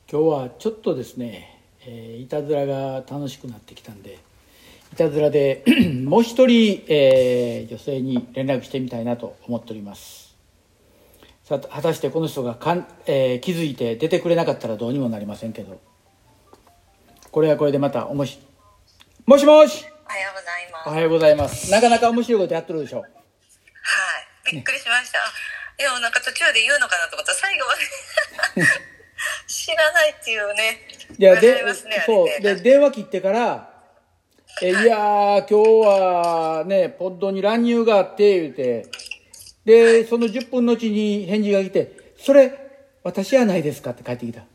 今日はちょっとですね、いたずらが楽しくなってきたんで、いたずらでもう一人、女性に連絡してみたいなと思っております。さあ、果たしてこの人が気づいて出てくれなかったらどうにもなりませんけど、これはこれでまたもしもし。 おはようございます。 おはようございます。なかなか面白いことやってるでしょ。 はい、びっくりしました。いや、なんか途中で言うのかなと思ったら最後まで知らないっていうね。 いやで、そうで電話切ってから、いやー今日はねポッドに乱入があって言うて、でその10分のうちに返事が来て、それ私やないですかって返ってきた。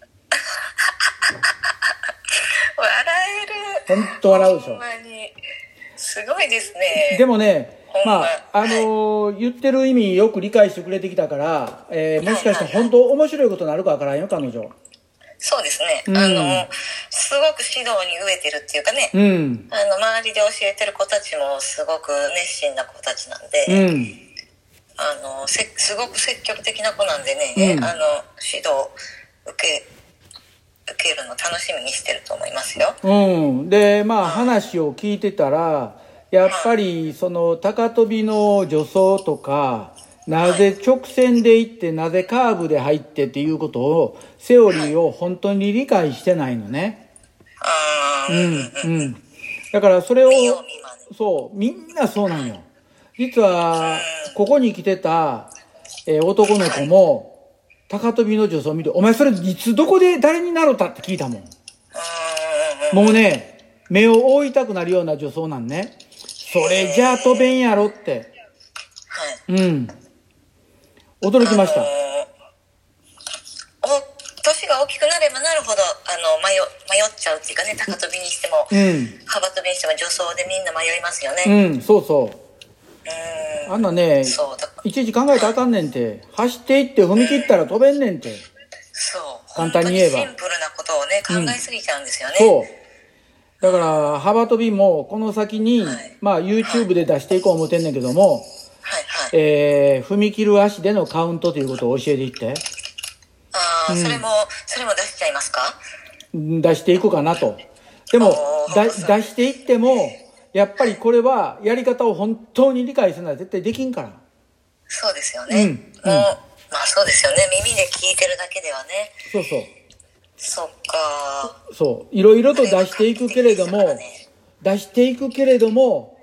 笑える。 本当笑うでしょ。 ほんまにすごいですね。 でもね、言ってる意味よく理解してくれてきたから、もしかしたら本当面白いことになるかわからんよ、彼女。 そうですね、すごく指導に飢えてるっていうかね、周りで教えてる子たちもすごく熱心な子たちなんで、すごく積極的な子なんでね、指導受けるの楽しみにしてると思いますよ。 で話を聞いてたら、やっぱりその高跳びの助走とか、なぜ直線で行ってなぜカーブで入ってっていうことを、セオリーを本当に理解してないのね。だからそれをみんなそうなんよ。実はここに来てた、男の子も高跳びの助走を見て、お前それいつどこで誰になろうたって聞いたもん。もうね、目を覆いたくなるような助走なんね。それじゃあ飛べんやろって。驚きました。 年が大きくなればなるほど迷っちゃうっていうかね、高跳びにしても、幅跳びにしても助走でみんな迷いますよね。 あんなね、いちいち考えたらあかんねんて。走っていって踏み切ったら飛べんねんて。簡単に言えばシンプルなことをね考えすぎちゃうんですよね。 だから幅跳びもこの先に、YouTube で出していこう思ってんねんけども、踏み切る足でのカウントということを教えていって。 それも出しちゃいますか？ 出していくかなと。でも出していってもやっぱりこれはやり方を本当に理解するのは絶対できんから。 そうですよね。そうですよね。耳で聞いてるだけではね。そっか。 いろいろと出していくけれども、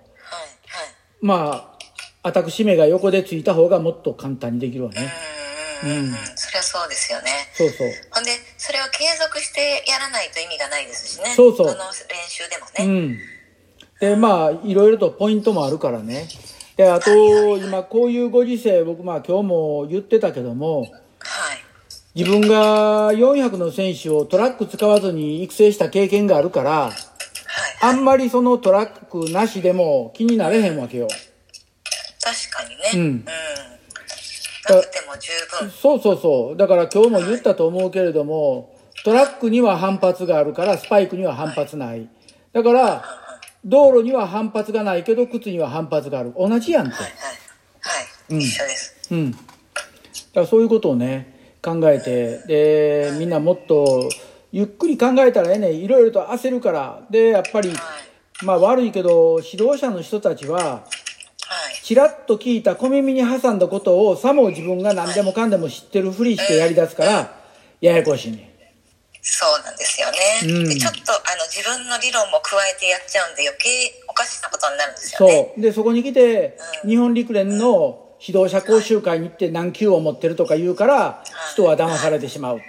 私めが横でついた方がもっと簡単にできるわね。 そりゃそうですよね。ほんでそれを継続してやらないと意味がないですしね。練習でもね。 でいろいろとポイントもあるからね。であと、今こういうご時世、僕今日も言ってたけども、自分が400の選手をトラック使わずに育成した経験があるから、あんまりそのトラックなしでも気になれへんわけよ。 確かにね。なくても十分。 だから今日も言ったと思うけれども、トラックには反発があるからスパイクには反発ない。だから道路には反発がないけど靴には反発がある。同じやんって。 一緒です。 だからそういうことをね考えて、でみんなもっとゆっくり考えたらね、いろいろと焦るから。でやっぱり悪いけど指導者の人たちはちらっと聞いた小耳に挟んだことをさも自分が何でもかんでも知ってるふりしてやり出すからややこしいね。 そうなんですよね。でちょっと自分の理論も加えてやっちゃうんで余計おかしなことになるんですよね。 でそこに来て、日本陸連の指導者講習会に行って何級を持ってるとか言うから人は騙されてしまう。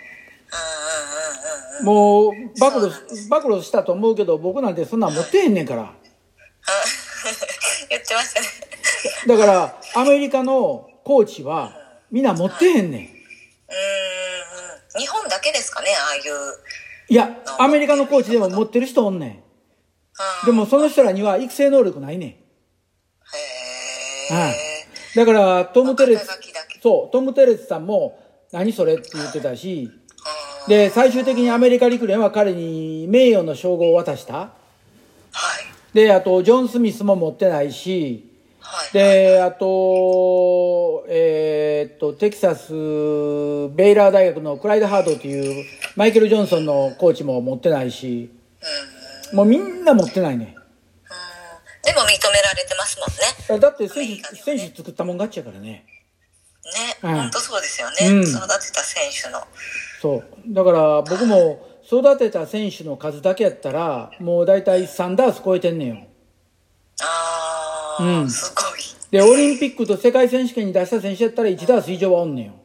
もう暴露したと思うけど、僕なんてそんなん持ってへんねんから。 言ってましたね。 だからアメリカのコーチはみんな持ってへんねん。 日本だけですかね、ああいう。 いや、アメリカのコーチでも持ってる人おんねん。でもその人らには育成能力ないねん。だからトム・テレスさんも何それって言ってたし、で最終的にアメリカ陸連は彼に名誉の称号を渡した。であとジョン・スミスも持ってないし、であとテキサスベイラー大学のクライド・ハードというマイケル・ジョンソンのコーチも持ってないし、もうみんな持ってないね。 でも認められてますもんね。 だって選手作ったもん勝ちやからね。 本当そうですよね、育てた選手の。 そうだから僕も育てた選手の数だけやったらもうだいたい3ダース超えてんねんよ。 すごい。 でオリンピックと世界選手権に出した選手やったら1ダース以上はおんねんよ。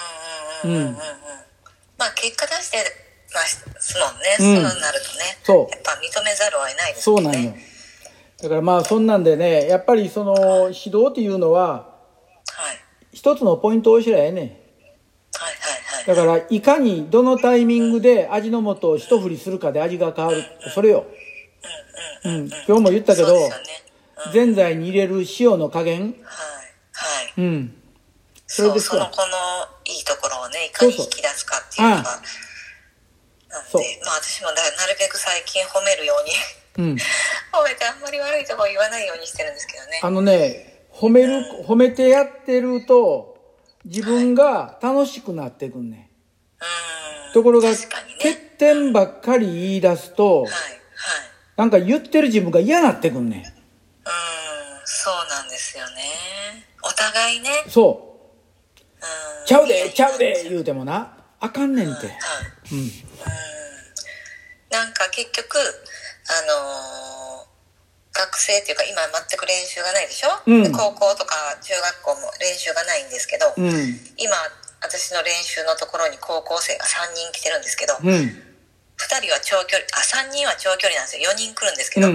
まあ結果出してますもんね、そうなるとね。やっぱ認めざるを得ないですね。 そうなんよ。だからまあそんなんでね、やっぱりその指導っていうのは一つのポイントを教えりゃええねん。だからいかにどのタイミングで味の素を一振りするかで味が変わる、それよ。今日も言ったけど、ぜんざいに入れる塩の加減、 それですよ。その子のいいところをね、いかに引き出すかっていうのがなんで、まあ私もなるべく最近褒めるように褒めてあんまり悪いところ言わないようにしてるんですけどね。 褒めてやってると自分が楽しくなってくんね。ところが、欠点ばっかり言い出すと、なんか言ってる自分が嫌なってくんね。 そうなんですよね。お互いね。 そう。ちゃうで言うてもな、あかんねんて。 なんか結局、学生っていうか今全く練習がないでしょ、高校とか中学校も練習がないんですけど、今私の練習のところに高校生が3人来てるんですけど、2人は長距離、3人は長距離なんですよ。4人来るんですけど、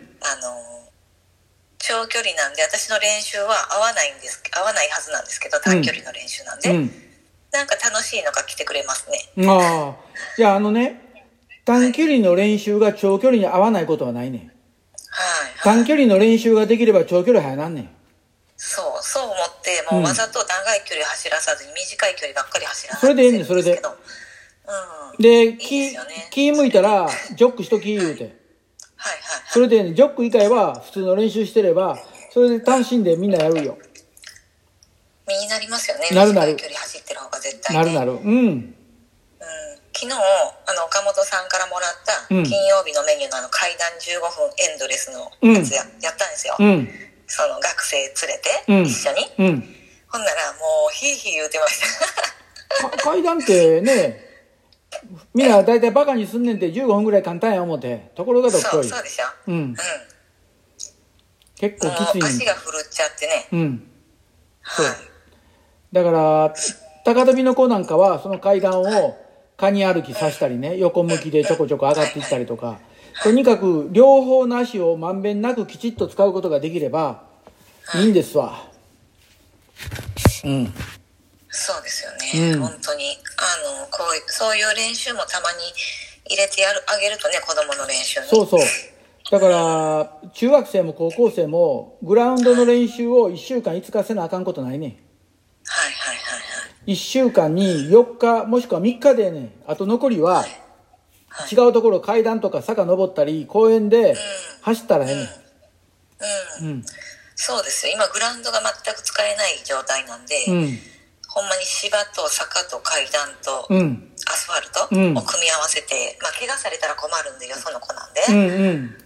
長距離なんで私の練習は合わないはずなんですけど、短距離の練習なんで、なんか楽しいのが来てくれますね。 いや短距離の練習が長距離に合わないことはないねん。短距離の練習ができれば長距離早なんねん。 そう思ってもうわざと長い距離走らさずに短い距離ばっかり走らさずに。 それでいいねん、それで。で、気向いたらジョックしとき言うて。それでジョック以外は普通の練習してれば、それで楽しんでみんなやるよ。 身になりますよね。 なる。 短い距離走ってる方が絶対ね。 なる。 昨日岡本さんからもらった金曜日のメニューの階段15分エンドレスのやつやったんですよ。その学生連れて一緒に。ほんならもうヒーヒー言うてました階段ってね、みんなだいたいバカにすんねんって15分ぐらい簡単や思て、ところがどっこい。 そうでしょ。 結構きつい。 足が振るっちゃってね。 だから高跳びの子なんかはその階段をカニ歩きさしたりね、横向きでちょこちょこ上がっていったりとか、とにかく両方の足をまんべんなくきちっと使うことができればいいんですわ。 そうですよね。本当にそういう練習もたまに入れてあげるとね、子供の練習に。 そうだから中学生も高校生もグラウンドの練習を1週間5日せなあかんことないね。1週間に4日もしくは3日でね、あと残りは違うところ階段とか坂登ったり公園で走ったらええね。 そうですよ。今グラウンドが全く使えない状態なんで、ほんまに芝と坂と階段とアスファルトを組み合わせて、怪我されたら困るんでよその子なんで、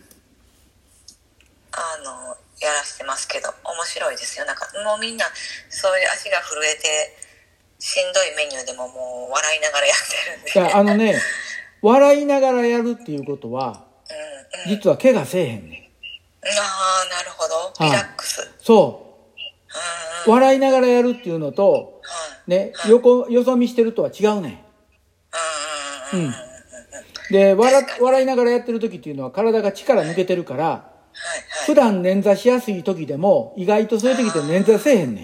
やらしてますけど面白いですよ。なんかもうみんなそういう足が震えてしんどいメニューでももう笑いながらやってるんで。 笑いながらやるっていうことは、実は怪我せえへんねん。 なるほど。リラックス。 笑いながらやるっていうのと、ね、よそ見してるとは違うねん。で、笑いながらやってる時っていうのは体が力抜けてるから、普段捻挫しやすい時でも意外とそういう時って捻挫せえへんねん。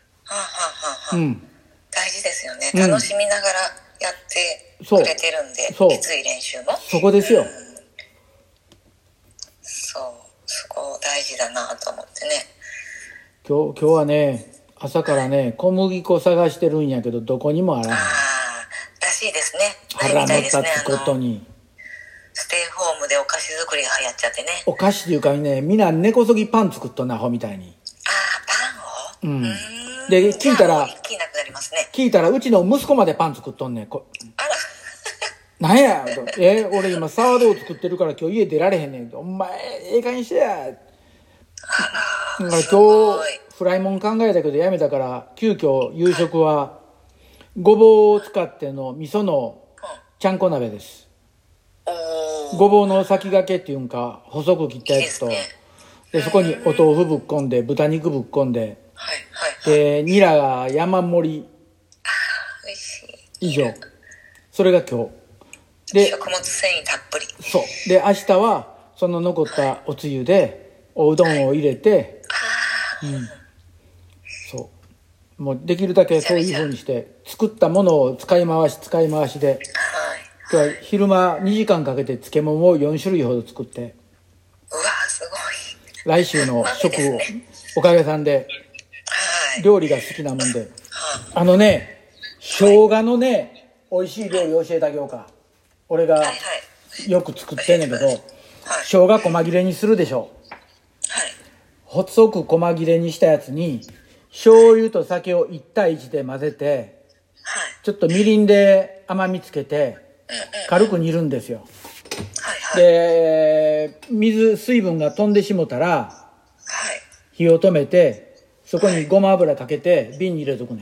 大事ですよね。楽しみながらやってくれてるんで、きつい練習も。 そこですよ。 そこ大事だなと思ってね。 今日はね、朝からね、小麦粉探してるんやけどどこにもあらない。 らしいですね。 腹の立つことに。 ステイホームでお菓子作りが流行っちゃってね。 お菓子っていうかね、みんな根こそぎパン作っとんな、アホみたいに。 パンを？ で、聞いたら、 一気になくなりますね。 聞いたらうちの息子までパン作っとんねん。 なんや俺今サワードー作ってるから今日家出られへんねん。お前、ええ加減してや。だから今日、フライもん考えたけどやめたから、急遽夕食は、ごぼうを使っての味噌のちゃんこ鍋です。ごぼうの先掛けっていうんか、細く切ったやつと、でそこにお豆腐ぶっこんで、豚肉ぶっこんで、で、ニラが山盛り。以上。それが今日。で、 食物繊維たっぷり。 そう。で、明日は、その残ったおつゆで、おうどんを入れて、そう。もうできるだけそういう風にして、作ったものを使い回しで、今日は昼間2時間かけて漬物を4種類ほど作って、 うわすごい。 来週の食を、おかげさんで、料理が好きなもんで、生姜のね、美味しい料理教えてあげようか。俺がよく作ってんねんけど、生姜細切れにするでしょ。細く細切れにしたやつに、醤油と酒を1対1で混ぜて、ちょっとみりんで甘みつけて、軽く煮るんですよ。で、水分が飛んでしもたら、火を止めて、そこにごま油かけて瓶に入れとくね。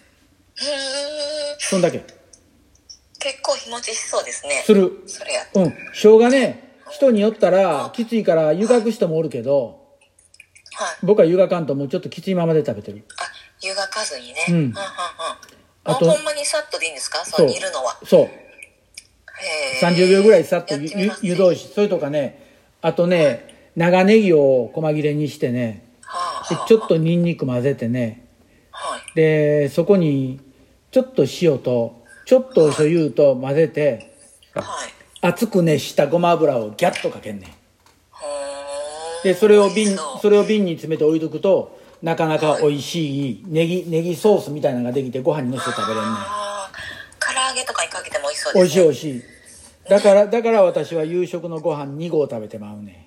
そんだけ。 結構日持ちしそうですね。 する。それや。生姜ね、人によったらきついから湯がく人もおるけど、僕は湯がかんともうちょっときついままで食べてる。 湯がかずにね。あとほんまにさっとでいいんですか？そう煮るのは。 そう。30秒ぐらいさっと湯通し。それとかね、あとね、長ネギを細切れにしてね、でちょっとニンニク混ぜてね、でそこにちょっと塩とちょっとお醤油と混ぜて、熱く熱したごま油をギャッとかけんねん。でそれを瓶に詰めて置いとくと、なかなか美味しいネギソースみたいなのができて、ご飯にのせて食べれんねん。 唐揚げとかにかけても美味しそうですね。 美味しい。だから私は夕食のご飯2合食べてまうね。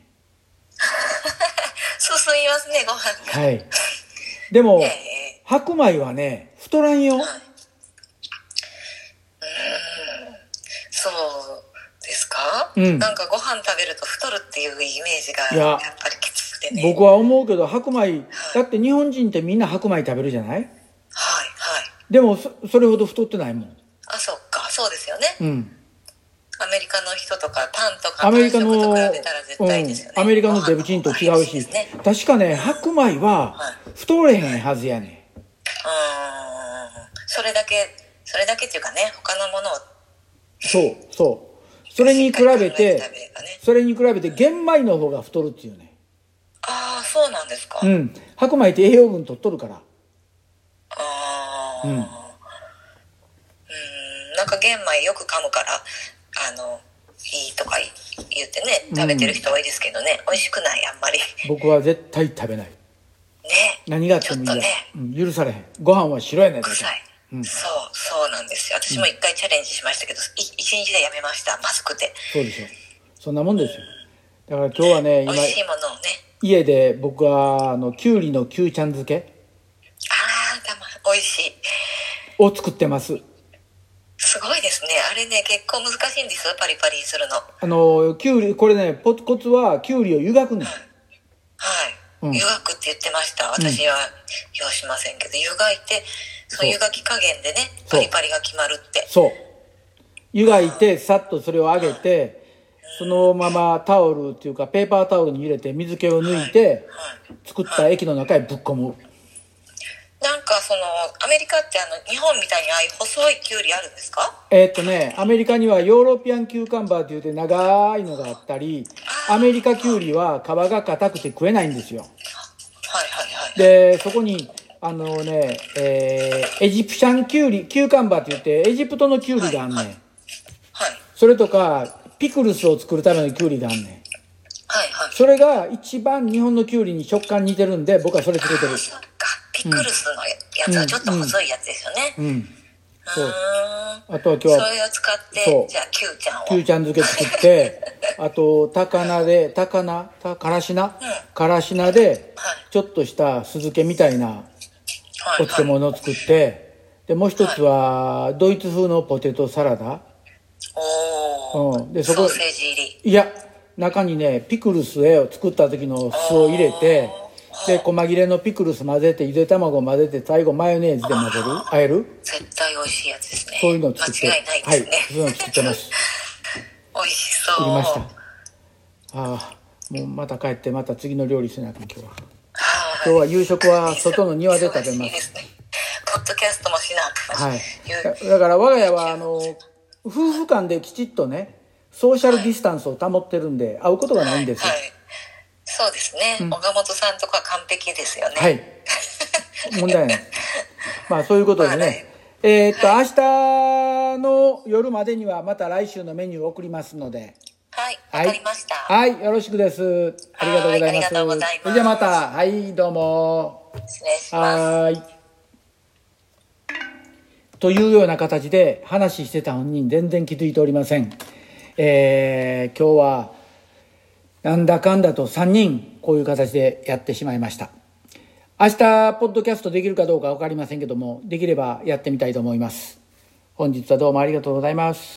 進みますね、ご飯が。 はい。でも、白米はね、太らんよ。 そうですか？なんかご飯食べると太るっていうイメージがやっぱりきつくてね。 僕は思うけど、白米、だって日本人ってみんな白米食べるじゃない？でもそれほど太ってないもん。 そっか、そうですよね。アメリカの人とかパンとかアメリカの、 アメリカのデブチンと違うし、確かね、白米は太れへんはずやね。 それだけっていうかね、他のものを。 そう。それに比べて玄米の方が太るっていうね。 そうなんですか。 白米って栄養分取っとるから。 なんか玄米よく噛むから、いいとか言ってね、食べてる人多いですけどね、美味しくない、あんまり。 僕は絶対食べない。 ね。 何があってもいいや。許されへん。ご飯は白やねんだ臭い。そうなんですよ。私も一回チャレンジしましたけど、一日でやめました。まずくて。 そうでしょ。そんなもんですよ。だから今日はね、 美味しいものをね。 家で僕はきゅうりのきゅうちゃん漬け。 美味しい。 を作ってます。 すごいですね。あれね、結構難しいんですよ、パリパリするの。 きゅうり、これね、コツはきゅうりを湯がくねん。 湯がくって言ってました。私は要しませんけど、湯がいて、その湯がき加減でね、パリパリが決まるって。 そう。湯がいて、さっとそれを揚げて、そのままタオルっていうか、ペーパータオルに入れて水気を抜いて、作った液の中へぶっ込む。 なんかアメリカって日本みたいにああいう細いキュウリあるんですか？ アメリカにはヨーロピアンキューカンバーって言って長いのがあったり、アメリカキュウリは皮が硬くて食えないんですよ。で、そこに、エジプシャンキューカンバーって言ってエジプトのキュウリがあんねん。それとか、ピクルスを作るためのキュウリがあんねん。それが一番日本のキュウリに食感似てるんで、僕はそれ作ってる。 ピクルスのやつはちょっと細いやつですよね。 そう。あとは今日は。 それを使って、じゃあ、キュウちゃんを。 キュウちゃん漬け作って、あと、からしなで、ちょっとした酢漬けみたいなお漬物を作って、で、もう一つは、ドイツ風のポテトサラダ。 でそこソーセージ入り。 いや、中にねピクルスを作った時の酢を入れて、で細切れのピクルス混ぜて、ゆで卵混ぜて、最後マヨネーズで混ぜる、和える。 絶対美味しいやつですね。 そういうのを作って、 間違いないですね。 はい、そういうの作ってます。 美味しそう。 作りました。ああ、もうまた帰ってまた次の料理しなきゃ今日は。今日は夕食は外の庭で食べます。 ポッドキャストもしな。 はい。だから我が家は夫婦間できちっとねソーシャルディスタンスを保ってるんで会うことがないんですよ。 はいはい、そうですね、岡本さんとか完璧ですよね。 はい。問題ない。まあそういうことでね。明日の夜までにはまた来週のメニューを送りますので。 はい、わかりました。 はい、よろしくです。ありがとうございます。ありがとうございます。それじゃまた、はい、どうも。 失礼します。 はい。というような形で話してた本人全然気づいておりません。今日はなんだかんだと3人こういう形でやってしまいました。明日ポッドキャストできるかどうか分かりませんけども、できればやってみたいと思います。本日はどうもありがとうございます。